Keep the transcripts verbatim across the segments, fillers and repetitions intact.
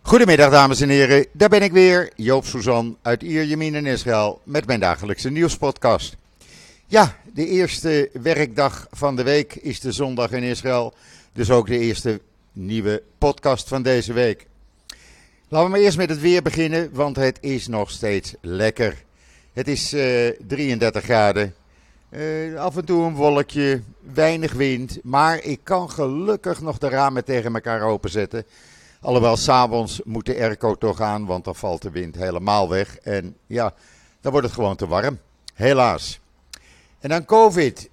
Goedemiddag dames en heren, daar ben ik weer, Joop Suzan uit Ierjemien in Israël met mijn dagelijkse nieuwspodcast. Ja, de eerste werkdag van de week is de zondag in Israël, dus ook de eerste nieuwe podcast van deze week. Laten we maar eerst met het weer beginnen, want het is nog steeds lekker. Het is uh, drieëndertig graden, uh, af en toe een wolkje, weinig wind, maar ik kan gelukkig nog de ramen tegen elkaar openzetten. Alhoewel, s'avonds moet de airco toch aan, want dan valt de wind helemaal weg. En ja, dan wordt het gewoon te warm. Helaas. En dan COVID.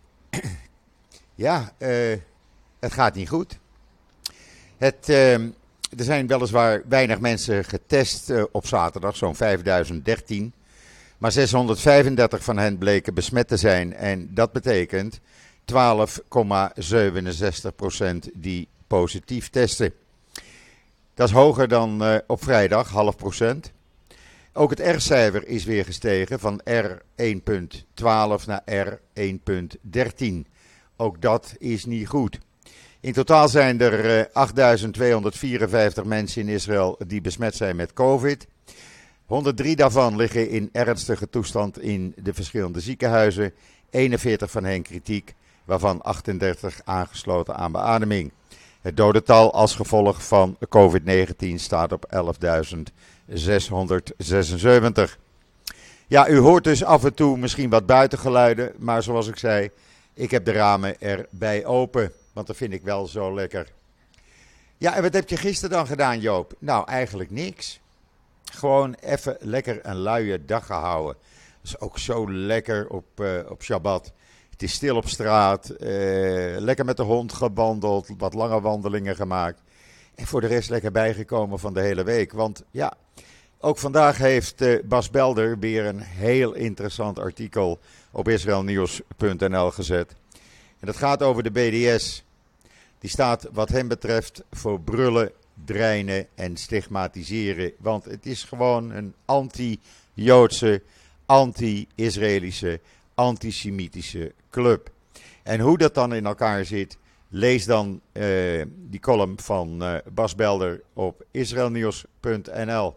Ja, uh, het gaat niet goed. Het, uh, er zijn weliswaar weinig mensen getest uh, op zaterdag, zo'n vijfduizend dertien. Maar zeshonderdvijfendertig van hen bleken besmet te zijn. En dat betekent twaalf komma zevenenzestig procent die positief testen. Dat is hoger dan uh, op vrijdag, half procent. Ook het R-cijfer is weer gestegen van R één komma twaalf naar R één komma dertien. Ook dat is niet goed. In totaal zijn er uh, achtduizend tweehonderdvierenvijftig mensen in Israël die besmet zijn met COVID. honderddrie daarvan liggen in ernstige toestand in de verschillende ziekenhuizen. eenenveertig van hen kritiek, waarvan achtendertig aangesloten aan beademing. Het dodental als gevolg van COVID negentien staat op elfduizend zeshonderdzesenzeventig. Ja, u hoort dus af en toe misschien wat buitengeluiden, maar zoals ik zei, ik heb de ramen erbij open, want dat vind ik wel zo lekker. Ja, en wat heb je gisteren dan gedaan, Joop? Nou, eigenlijk niks. Gewoon even lekker een luie dag gehouden. Dat is ook zo lekker op, uh, op Shabbat. Het is stil op straat, uh, lekker met de hond gewandeld, wat lange wandelingen gemaakt. En voor de rest lekker bijgekomen van de hele week. Want ja, ook vandaag heeft uh, Bas Belder weer een heel interessant artikel op israelnieuws punt n l gezet. En dat gaat over de B D S. Die staat wat hem betreft voor brullen, dreinen en stigmatiseren. Want het is gewoon een anti-Joodse, anti-Israëlische, antisemitische club. En hoe dat dan in elkaar zit, lees dan uh, die column van uh, Bas Belder op israelnieuws punt n l.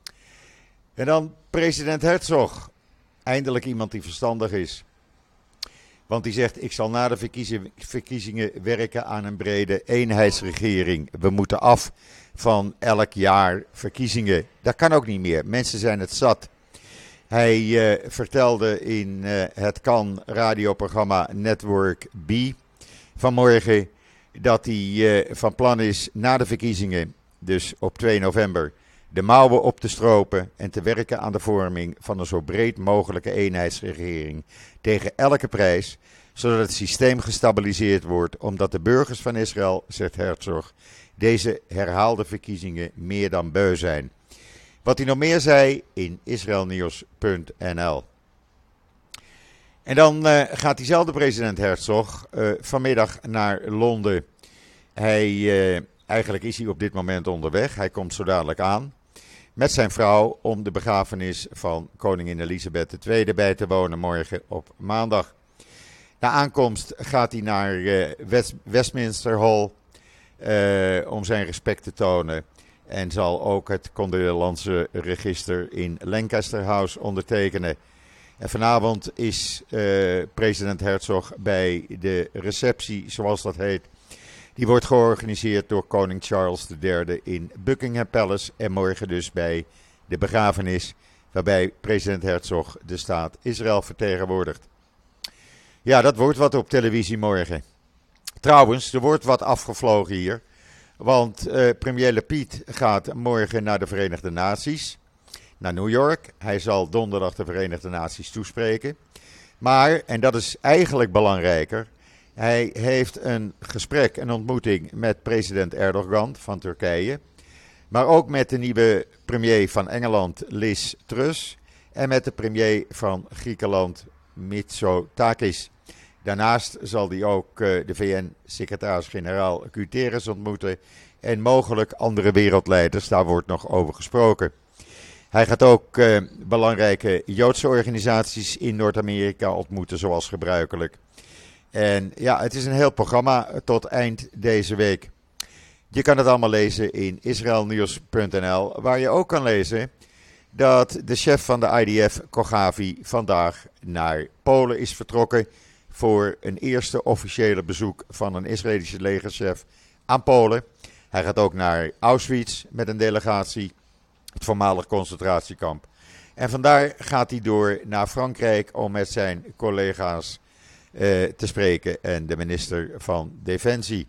En dan president Herzog. Eindelijk iemand die verstandig is. Want die zegt, ik zal na de verkiezingen, verkiezingen werken aan een brede eenheidsregering. We moeten af van elk jaar verkiezingen. Dat kan ook niet meer. Mensen zijn het zat. Hij uh, vertelde in uh, het Kan radioprogramma Network B vanmorgen dat hij uh, van plan is na de verkiezingen, dus op twee november, de mouwen op te stropen en te werken aan de vorming van een zo breed mogelijke eenheidsregering tegen elke prijs, zodat het systeem gestabiliseerd wordt, omdat de burgers van Israël, zegt Herzog, deze herhaalde verkiezingen meer dan beu zijn. Wat hij nog meer zei in israelnieuws punt n l. En dan uh, gaat diezelfde president Herzog uh, vanmiddag naar Londen. Hij, uh, eigenlijk is hij op dit moment onderweg. Hij komt zo dadelijk aan met zijn vrouw om de begrafenis van koningin Elisabeth de Tweede bij te wonen morgen op maandag. Na aankomst gaat hij naar uh, West- Westminster Hall uh, om zijn respect te tonen. En zal ook het condolences register in Lancaster House ondertekenen. En vanavond is uh, president Herzog bij de receptie, zoals dat heet. Die wordt georganiseerd door koning Charles de Derde in Buckingham Palace. En morgen dus bij de begrafenis, waarbij president Herzog de staat Israël vertegenwoordigt. Ja, dat wordt wat op televisie morgen. Trouwens, er wordt wat afgevlogen hier. Want uh, premier Lapid gaat morgen naar de Verenigde Naties, naar New York. Hij zal donderdag de Verenigde Naties toespreken. Maar, en dat is eigenlijk belangrijker, hij heeft een gesprek, een ontmoeting met president Erdogan van Turkije. Maar ook met de nieuwe premier van Engeland, Liz Truss. En met de premier van Griekenland, Mitsotakis. Daarnaast zal hij ook uh, de V N-secretaris-generaal Guterres ontmoeten en mogelijk andere wereldleiders, daar wordt nog over gesproken. Hij gaat ook uh, belangrijke Joodse organisaties in Noord-Amerika ontmoeten, zoals gebruikelijk. En ja, het is een heel programma tot eind deze week. Je kan het allemaal lezen in israelnieuws punt n l, waar je ook kan lezen dat de chef van de I D F, Kogavi, vandaag naar Polen is vertrokken voor een eerste officiële bezoek van een Israëlische legerchef aan Polen. Hij gaat ook naar Auschwitz met een delegatie, het voormalig concentratiekamp. En vandaar gaat hij door naar Frankrijk om met zijn collega's uh, te spreken en de minister van Defensie.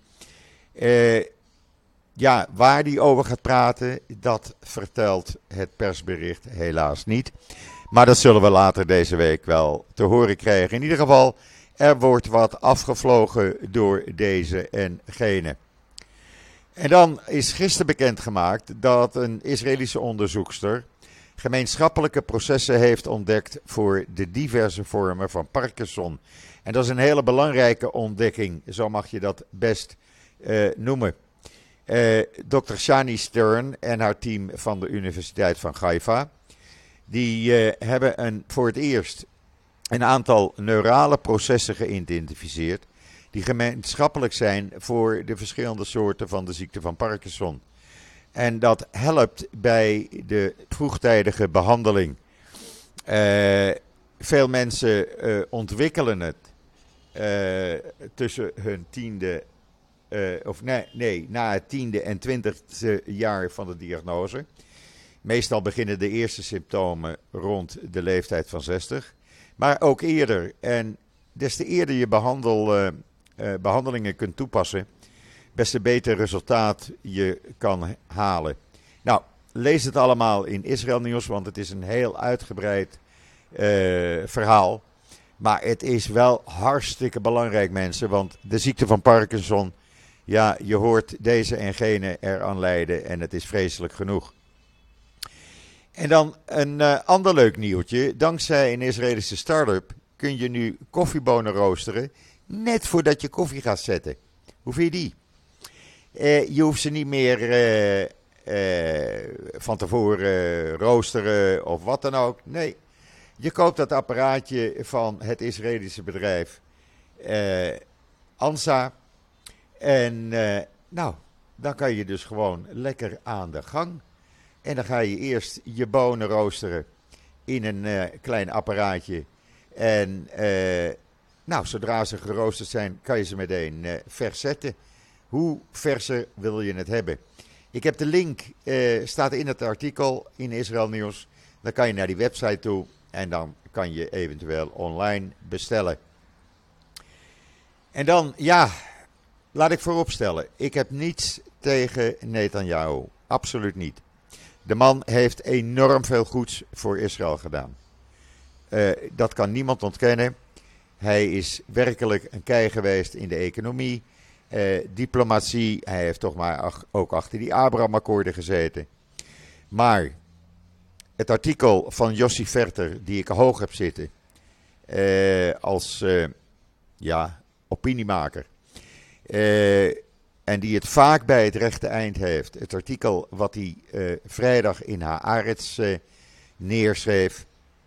Uh, ja, waar hij over gaat praten, dat vertelt het persbericht helaas niet. Maar dat zullen we later deze week wel te horen krijgen. In ieder geval, er wordt wat afgevlogen door deze en gene. En dan is gisteren bekendgemaakt dat een Israëlische onderzoekster gemeenschappelijke processen heeft ontdekt voor de diverse vormen van Parkinson. En dat is een hele belangrijke ontdekking, zo mag je dat best uh, noemen. Uh, dokter Shani Stern en haar team van de Universiteit van Haifa, die uh, hebben een, voor het eerst een aantal neurale processen geïdentificeerd die gemeenschappelijk zijn voor de verschillende soorten van de ziekte van Parkinson. En dat helpt bij de vroegtijdige behandeling. Uh, veel mensen uh, ontwikkelen het uh, tussen hun tiende, uh, of nee, nee, na het tiende en twintigste jaar van de diagnose. Meestal beginnen de eerste symptomen rond de leeftijd van zestig. Maar ook eerder. En des te eerder je behandel, uh, uh, behandelingen kunt toepassen, best te beter resultaat je kan halen. Nou, lees het allemaal in Israël Nieuws, want het is een heel uitgebreid uh, verhaal. Maar het is wel hartstikke belangrijk, mensen, want de ziekte van Parkinson, ja, je hoort deze en gene eraan lijden en het is vreselijk genoeg. En dan een uh, ander leuk nieuwtje. Dankzij een Israëlische start-up kun je nu koffiebonen roosteren, net voordat je koffie gaat zetten. Hoe vind je die? Uh, je hoeft ze niet meer uh, uh, van tevoren uh, roosteren of wat dan ook. Nee, je koopt dat apparaatje van het Israëlische bedrijf uh, Ansa. En uh, nou, dan kan je dus gewoon lekker aan de gang. En dan ga je eerst je bonen roosteren in een uh, klein apparaatje. En uh, nou, zodra ze geroosterd zijn, kan je ze meteen uh, vers zetten. Hoe verser wil je het hebben? Ik heb de link, uh, staat in het artikel in Israël Nieuws. Dan kan je naar die website toe en dan kan je eventueel online bestellen. En dan, ja, laat ik vooropstellen. Ik heb niets tegen Netanyahu. Absoluut niet. De man heeft enorm veel goeds voor Israël gedaan. Uh, dat kan niemand ontkennen. Hij is werkelijk een kei geweest in de economie. Uh, diplomatie, hij heeft toch maar ach, ook achter die Abraham-akkoorden gezeten. Maar het artikel van Jossi Verter, die ik hoog heb zitten, uh, als uh, ja, opiniemaker, uh, en die het vaak bij het rechte eind heeft. Het artikel wat hij uh, vrijdag in Haaretz uh, neerschreef,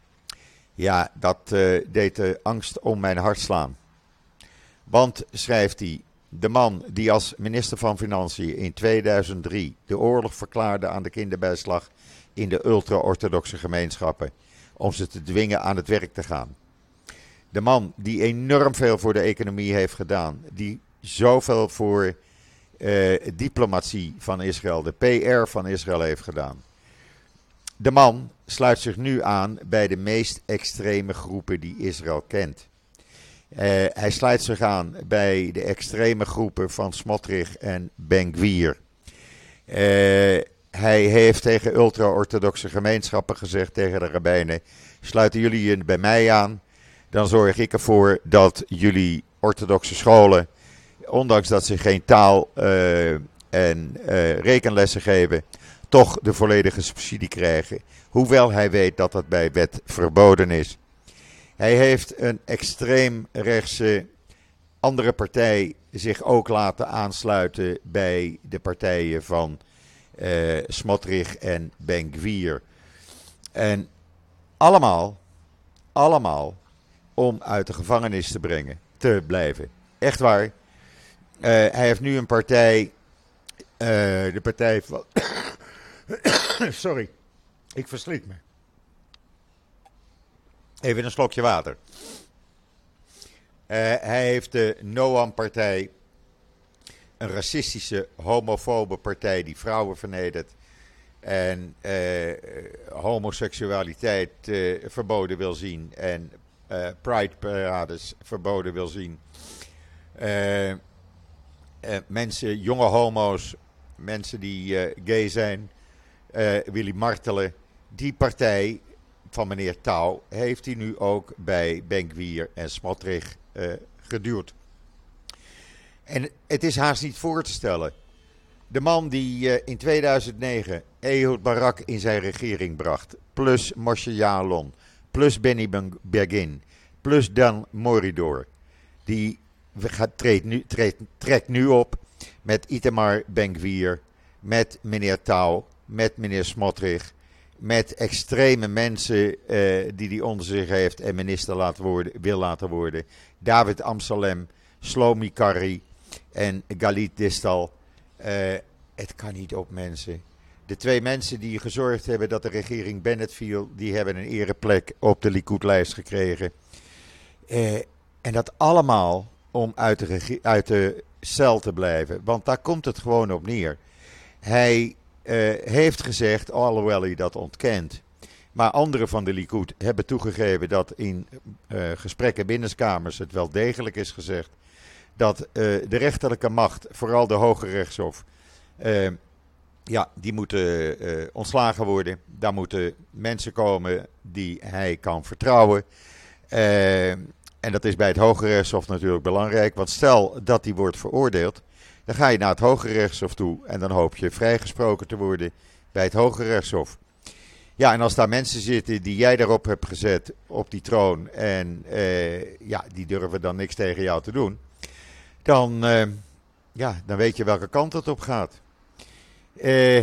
ja, dat uh, deed de angst om mijn hart slaan. Want, schrijft hij, de man die als minister van Financiën in tweeduizend drie de oorlog verklaarde aan de kinderbijslag in de ultra-orthodoxe gemeenschappen om ze te dwingen aan het werk te gaan. De man die enorm veel voor de economie heeft gedaan, die zoveel voor uh, diplomatie van Israël, de P R van Israël heeft gedaan. De man sluit zich nu aan bij de meest extreme groepen die Israël kent. Uh, hij sluit zich aan bij de extreme groepen van Smotrich en Ben-Gvir. Uh, hij heeft tegen ultra-orthodoxe gemeenschappen gezegd, tegen de rabbijnen, sluiten jullie je bij mij aan, dan zorg ik ervoor dat jullie orthodoxe scholen, ondanks dat ze geen taal uh, en uh, rekenlessen geven, toch de volledige subsidie krijgen. Hoewel hij weet dat dat bij wet verboden is. Hij heeft een extreem rechtse andere partij zich ook laten aansluiten bij de partijen van uh, Smotrich en Ben-Gvir. En allemaal, allemaal om uit de gevangenis te brengen, te blijven. Echt waar. Uh, hij heeft nu een partij Uh, de partij van... Sorry, ik verslik me. Even een slokje water. Uh, hij heeft de Noam-partij, een racistische, homofobe partij die vrouwen vernedert en uh, homoseksualiteit uh, verboden wil zien en uh, pride-parades verboden wil zien. Uh, uh, mensen, jonge homo's, mensen die uh, gay zijn, uh, willen martelen. Die partij van meneer Touw heeft hij nu ook bij Ben-Gvir en Smotrich uh, geduwd. En het is haast niet voor te stellen. De man die uh, in tweeduizend negen Ehud Barak in zijn regering bracht, plus Moshe Yaalon, plus Benny Begin, plus Dan Moridor, die gaat, treedt nu, treedt, trekt nu op met Itamar Ben-Gvir, met meneer Touw, met meneer Smotrich, met extreme mensen uh, die hij onder zich heeft en minister laten worden, wil laten worden. David Amsalem, Shlomi Karri en Galit Distal. Uh, het kan niet op, mensen. De twee mensen die gezorgd hebben dat de regering Bennett viel, die hebben een ereplek op de Likud-lijst gekregen. Uh, en dat allemaal om uit de, regi- uit de cel te blijven. Want daar komt het gewoon op neer. Hij uh, heeft gezegd, alhoewel hij dat ontkent, maar anderen van de Likud hebben toegegeven dat in uh, gesprekken binnenskamers het wel degelijk is gezegd dat uh, de rechterlijke macht, vooral de Hoge Rechtshof, uh, ja, die moeten uh, ontslagen worden. Daar moeten mensen komen die hij kan vertrouwen. Uh, en dat is bij het Hoge Rechtshof natuurlijk belangrijk. Want stel dat die wordt veroordeeld, dan ga je naar het Hoge Rechtshof toe en dan hoop je vrijgesproken te worden bij het Hoge Rechtshof. Ja, en als daar mensen zitten die jij daarop hebt gezet, op die troon, en uh, ja, die durven dan niks tegen jou te doen, dan, uh, ja, dan weet je welke kant het op gaat. Uh,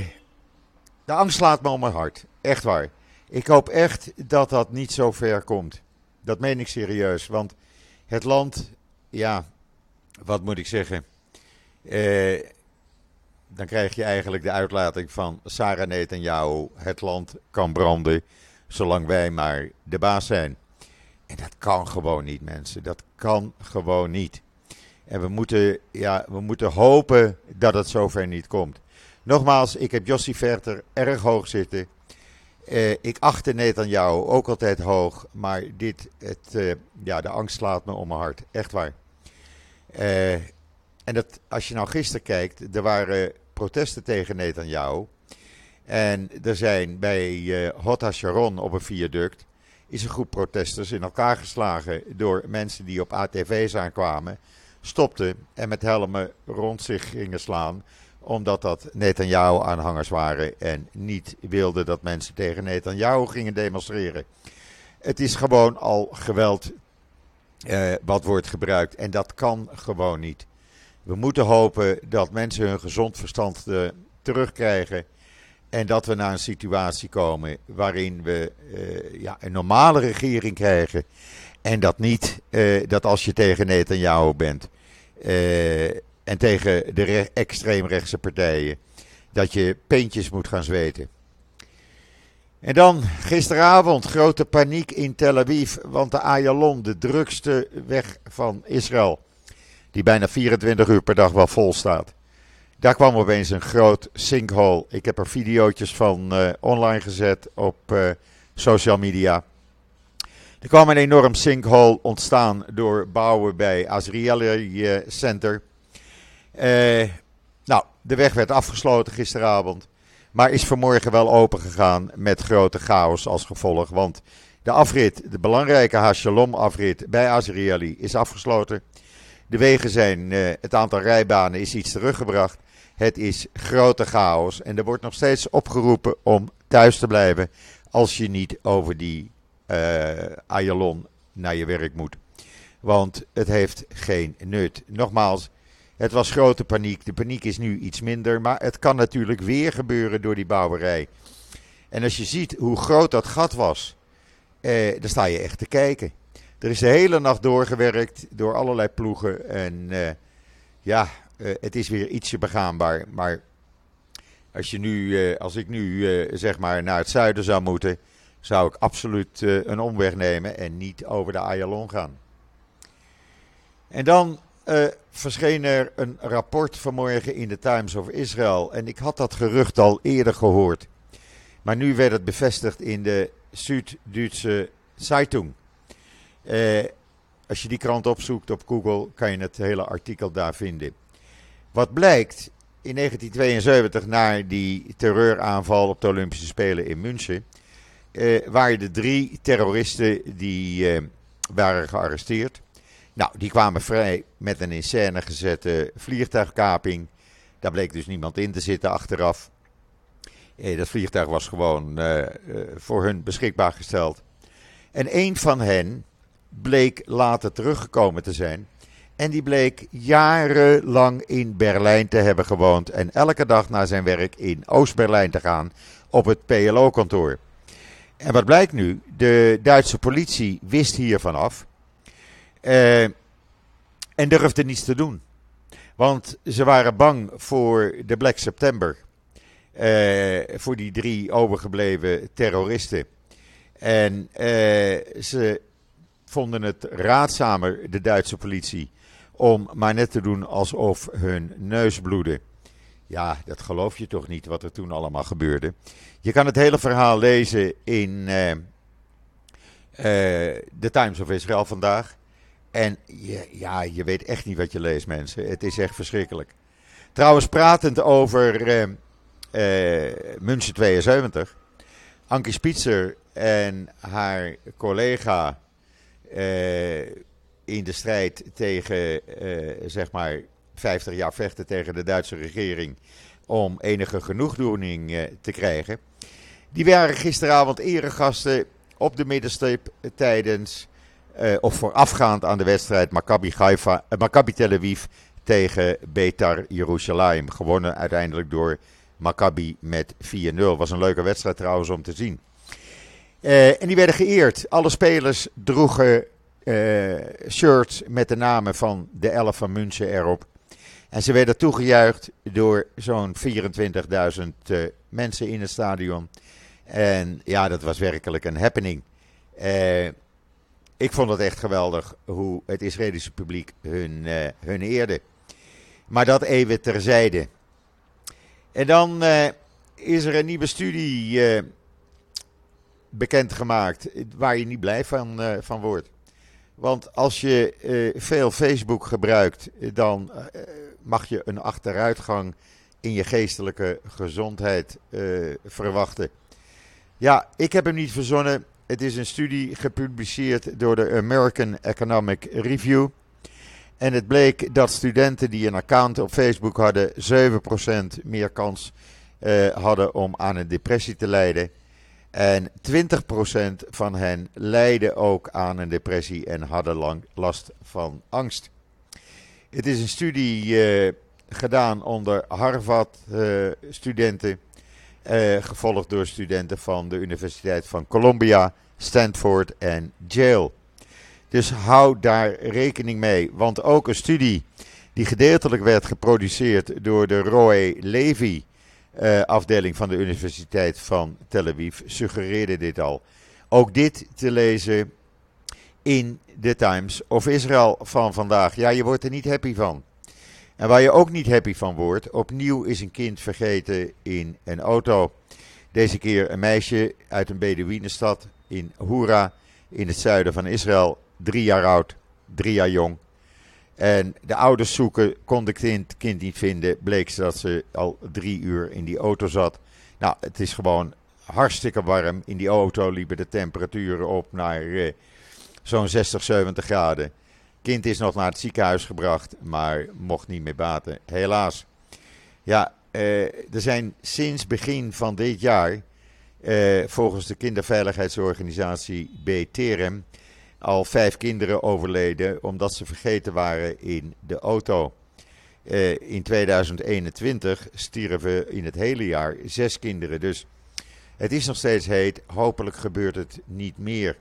de angst slaat me om mijn hart, echt waar. Ik hoop echt dat dat niet zo ver komt. Dat meen ik serieus, want het land, ja, wat moet ik zeggen, uh, dan krijg je eigenlijk de uitlating van Sarah Netanyahu, het land kan branden zolang wij maar de baas zijn. En dat kan gewoon niet, mensen, dat kan gewoon niet. En we moeten, ja, we moeten hopen dat het zover niet komt. Nogmaals, ik heb Yossi Verter erg hoog zitten. Uh, ik achtte Netanyahu ook altijd hoog. Maar dit, het, uh, ja, de angst slaat me om mijn hart. Echt waar. Uh, en dat, als je nou gisteren kijkt, er waren protesten tegen Netanyahu. En er zijn bij uh, Hod HaSharon op een viaduct, is een groep protesters in elkaar geslagen door mensen die op A T V's aankwamen, stopten en met helmen rond zich gingen slaan, omdat dat Netanyahu-aanhangers waren en niet wilden dat mensen tegen Netanyahu gingen demonstreren. Het is gewoon al geweld uh, wat wordt gebruikt en dat kan gewoon niet. We moeten hopen dat mensen hun gezond verstand uh, terugkrijgen en dat we naar een situatie komen waarin we uh, ja, een normale regering krijgen. En dat niet, uh, dat als je tegen Netanyahu bent uh, en tegen de re- extreemrechtse partijen, dat je peentjes moet gaan zweten. En dan gisteravond grote paniek in Tel Aviv, want de Ayalon, de drukste weg van Israël, die bijna vierentwintig uur per dag wel vol staat. Daar kwam opeens een groot sinkhole. Ik heb er videootjes van uh, online gezet op uh, social media. Er kwam een enorm sinkhole ontstaan door bouwen bij Azrieli Center. Uh, nou, de weg werd afgesloten gisteravond, maar is vanmorgen wel open gegaan met grote chaos als gevolg. Want de afrit, de belangrijke HaShalom afrit bij Azrieli is afgesloten. De wegen zijn, uh, het aantal rijbanen is iets teruggebracht. Het is grote chaos en er wordt nog steeds opgeroepen om thuis te blijven als je niet over die uh, Ayalon naar je werk moet. Want het heeft geen nut. Nogmaals, het was grote paniek. De paniek is nu iets minder, maar het kan natuurlijk weer gebeuren door die bouwerij. En als je ziet hoe groot dat gat was, eh, dan sta je echt te kijken. Er is de hele nacht doorgewerkt door allerlei ploegen en uh, ja, uh, het is weer ietsje begaanbaar. Maar als, je nu, uh, als ik nu uh, zeg maar naar het zuiden zou moeten, zou ik absoluut uh, een omweg nemen en niet over de Ayalon gaan. En dan uh, verscheen er een rapport vanmorgen in de Times of Israel. En ik had dat gerucht al eerder gehoord. Maar nu werd het bevestigd in de Süddeutsche Zeitung. Uh, als je die krant opzoekt op Google, kan je het hele artikel daar vinden. Wat blijkt, in negentien tweeënzeventig, na die terreuraanval op de Olympische Spelen in München, uh, waren er drie terroristen die uh, waren gearresteerd. Nou, die kwamen vrij met een in scène gezette vliegtuigkaping. Daar bleek dus niemand in te zitten achteraf. Uh, dat vliegtuig was gewoon uh, uh, voor hun beschikbaar gesteld. En een van hen bleek later teruggekomen te zijn. En die bleek jarenlang in Berlijn te hebben gewoond. En elke dag naar zijn werk in Oost-Berlijn te gaan op het P L O-kantoor. En wat blijkt nu? De Duitse politie wist hiervan af. Uh, en durfde niets te doen. Want ze waren bang voor de Black September. Uh, voor die drie overgebleven terroristen. En uh, ze vonden het raadzamer, de Duitse politie, om maar net te doen alsof hun neus bloedde. Ja, dat geloof je toch niet wat er toen allemaal gebeurde. Je kan het hele verhaal lezen in uh, uh, de Times of Israel vandaag. En je, ja, je weet echt niet wat je leest, mensen. Het is echt verschrikkelijk. Trouwens, pratend over uh, uh, München tweeënzeventig. Ankie Spitzer en haar collega uh, in de strijd tegen, uh, zeg maar, vijftig jaar vechten tegen de Duitse regering om enige genoegdoening uh, te krijgen. Die waren gisteravond eregasten op de middenstip tijdens, uh, of voorafgaand aan de wedstrijd Maccabi Haifa, uh, Maccabi Tel Aviv tegen Beitar Jerusalem. Gewonnen uiteindelijk door Maccabi met vier nul. Was een leuke wedstrijd trouwens om te zien. Uh, en die werden geëerd. Alle spelers droegen uh, shirts met de namen van de elf van München erop. En ze werden toegejuicht door zo'n vierentwintigduizend uh, mensen in het stadion. En ja, dat was werkelijk een happening. Uh, ik vond het echt geweldig hoe het Israëlische publiek hun, uh, hun eerde. Maar dat even terzijde. En dan uh, is er een nieuwe studie uh, bekendgemaakt waar je niet blij van, uh, van wordt. Want als je uh, veel Facebook gebruikt, dan uh, mag je een achteruitgang in je geestelijke gezondheid uh, verwachten. Ja, ik heb hem niet verzonnen. Het is een studie gepubliceerd door de American Economic Review. En het bleek dat studenten die een account op Facebook hadden zeven procent meer kans uh, hadden om aan een depressie te lijden. En twintig procent van hen lijden ook aan een depressie en hadden lang last van angst. Het is een studie uh, gedaan onder Harvard-studenten, uh, uh, gevolgd door studenten van de Universiteit van Columbia, Stanford en Yale. Dus hou daar rekening mee, want ook een studie die gedeeltelijk werd geproduceerd door de Roy Levy uh, afdeling van de Universiteit van Tel Aviv suggereerde dit al. Ook dit te lezen in de Times of Israel van vandaag. Ja, je wordt er niet happy van. En waar je ook niet happy van wordt, opnieuw is een kind vergeten in een auto. Deze keer een meisje uit een Bedouinenstad in Hura in het zuiden van Israël. Drie jaar oud, drie jaar jong. En de ouders zoeken, konden het kind, kind niet vinden. Bleek dat ze al drie uur in die auto zat. Nou, het is gewoon hartstikke warm. In die auto liepen de temperaturen op naar uh, zo'n zestig, zeventig graden. Kind is nog naar het ziekenhuis gebracht, maar mocht niet meer baten. Helaas. Ja, uh, er zijn sinds begin van dit jaar, uh, volgens de kinderveiligheidsorganisatie B'Terem, al vijf kinderen overleden omdat ze vergeten waren in de auto. Uh, in tweeduizend eenentwintig stierven in het hele jaar zes kinderen. Dus het is nog steeds heet. Hopelijk gebeurt het niet meer.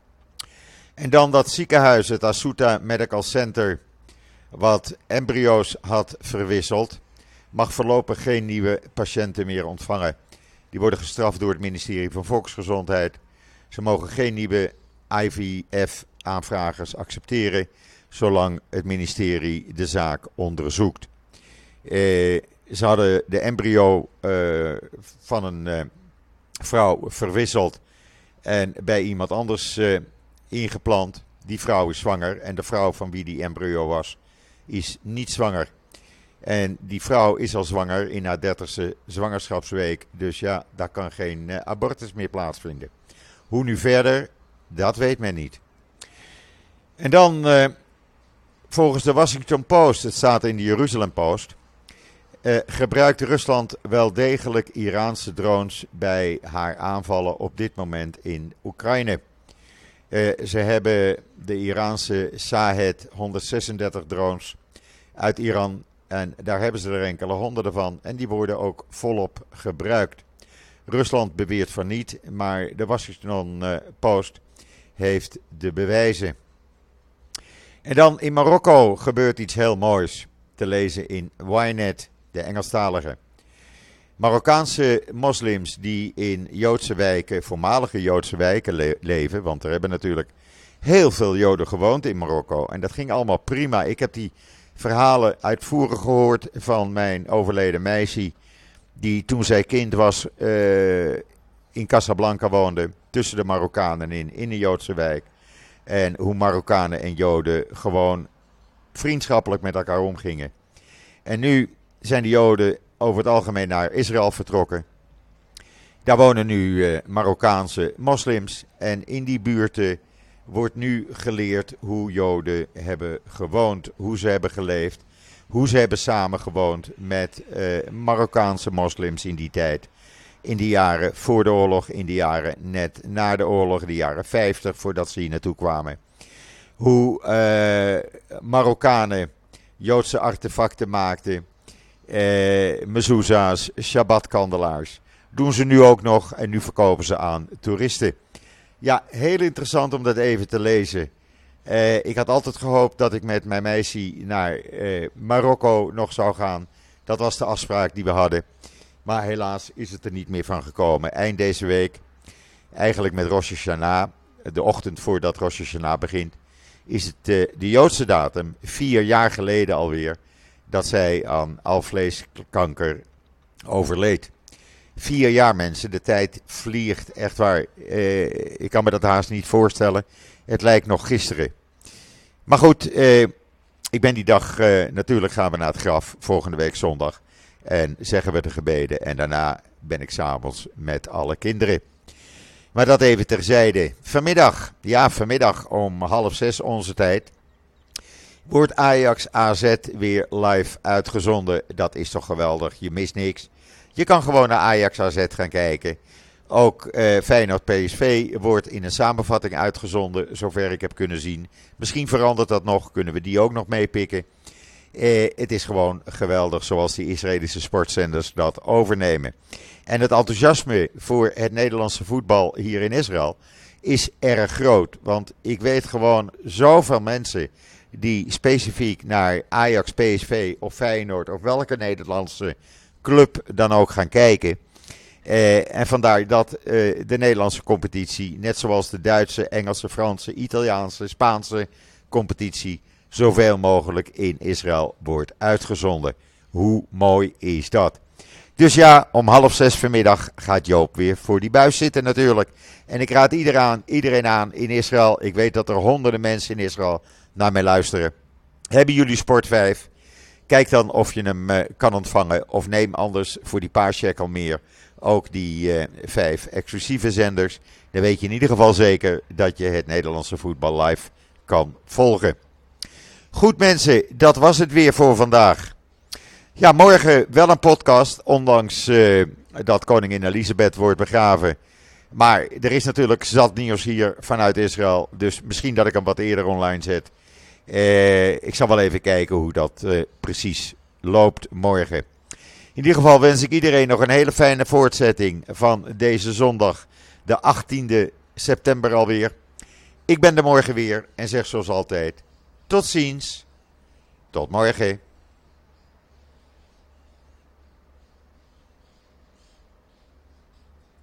En dan dat ziekenhuis, het Assuta Medical Center, wat embryo's had verwisseld. mag voorlopig geen nieuwe patiënten meer ontvangen. Die worden gestraft door het ministerie van Volksgezondheid. Ze mogen geen nieuwe I V F-aanvragers accepteren, zolang het ministerie de zaak onderzoekt. Uh, ze hadden de embryo uh, van een uh, vrouw verwisseld en bij iemand anders uh, ingeplant. Die vrouw is zwanger en de vrouw van wie die embryo was, is niet zwanger. En die vrouw is al zwanger in haar dertigste zwangerschapsweek. Dus ja, daar kan geen uh, abortus meer plaatsvinden. Hoe nu verder, dat weet men niet. En dan, uh, volgens de Washington Post, het staat in de Jeruzalem Post, uh, gebruikt Rusland wel degelijk Iraanse drones bij haar aanvallen op dit moment in Oekraïne. Uh, ze hebben de Iraanse Shahed honderdzesendertig drones uit Iran. En daar hebben ze er enkele honderden van. En die worden ook volop gebruikt. Rusland beweert van niet, maar de Washington Post heeft de bewijzen. En dan in Marokko gebeurt iets heel moois. Te lezen in Ynet, de Engelstalige. Marokkaanse moslims die in Joodse wijken, voormalige Joodse wijken le- leven. Want er hebben natuurlijk heel veel Joden gewoond in Marokko. En dat ging allemaal prima. Ik heb die verhalen uitvoerig gehoord van mijn overleden meisje, die toen zij kind was uh, in Casablanca woonde, tussen de Marokkanen in, in een Joodse wijk. En hoe Marokkanen en Joden gewoon vriendschappelijk met elkaar omgingen. En nu zijn de Joden over het algemeen naar Israël vertrokken. Daar wonen nu uh, Marokkaanse moslims en in die buurten wordt nu geleerd hoe Joden hebben gewoond, hoe ze hebben geleefd, hoe ze hebben samengewoond met uh, Marokkaanse moslims in die tijd. In de jaren voor de oorlog, in de jaren net na de oorlog, de jaren vijftig, voordat ze hier naartoe kwamen. Hoe uh, Marokkanen Joodse artefacten maakten, uh, mezuzah's, Shabbatkandelaars. Doen ze nu ook nog en nu verkopen ze aan toeristen. Ja, heel interessant om dat even te lezen. Uh, ik had altijd gehoopt dat ik met mijn meisje naar uh, Marokko nog zou gaan. Dat was de afspraak die we hadden. Maar helaas is het er niet meer van gekomen. Eind deze week, eigenlijk met Rosh Hashanah, de ochtend voordat Rosh Hashanah begint, is het uh, de Joodse datum, vier jaar geleden alweer, dat zij aan alvleeskanker overleed. Vier jaar mensen, de tijd vliegt, echt waar. Uh, ik kan me dat haast niet voorstellen. Het lijkt nog gisteren. Maar goed, uh, ik ben die dag, uh, natuurlijk gaan we naar het graf, volgende week zondag. En zeggen we de gebeden en daarna ben ik s'avonds met alle kinderen. Maar dat even terzijde. Vanmiddag, ja vanmiddag om half zes onze tijd, wordt Ajax A Z weer live uitgezonden. Dat is toch geweldig, je mist niks. Je kan gewoon naar Ajax A Z gaan kijken. Ook eh, Feyenoord P S V wordt in een samenvatting uitgezonden, zover ik heb kunnen zien. Misschien verandert dat nog, kunnen we die ook nog meepikken. Eh, het is gewoon geweldig zoals die Israëlische sportzenders dat overnemen. En het enthousiasme voor het Nederlandse voetbal hier in Israël is erg groot. Want ik weet gewoon zoveel mensen die specifiek naar Ajax, P S V of Feyenoord of welke Nederlandse club dan ook gaan kijken. Uh, en vandaar dat uh, de Nederlandse competitie, net zoals de Duitse, Engelse, Franse, Italiaanse, Spaanse competitie, zoveel mogelijk in Israël wordt uitgezonden. Hoe mooi is dat? Dus ja, om half zes vanmiddag gaat Joop weer voor die buis zitten natuurlijk. En ik raad iedereen aan, iedereen aan in Israël. Ik weet dat er honderden mensen in Israël naar mij luisteren. Hebben jullie Sport vijf? Kijk dan of je hem uh, kan ontvangen. Of neem anders voor die paar shekel meer ook die uh, vijf exclusieve zenders. Dan weet je in ieder geval zeker dat je het Nederlandse voetbal live kan volgen. Goed mensen, dat was het weer voor vandaag. Ja, morgen wel een podcast, ondanks uh, dat koningin Elisabeth wordt begraven. Maar er is natuurlijk zat nieuws hier vanuit Israël, dus misschien dat ik hem wat eerder online zet. Uh, ik zal wel even kijken hoe dat uh, precies loopt morgen. In ieder geval wens ik iedereen nog een hele fijne voortzetting van deze zondag, de achttiende september alweer. Ik ben er morgen weer en zeg zoals altijd, tot ziens, tot morgen.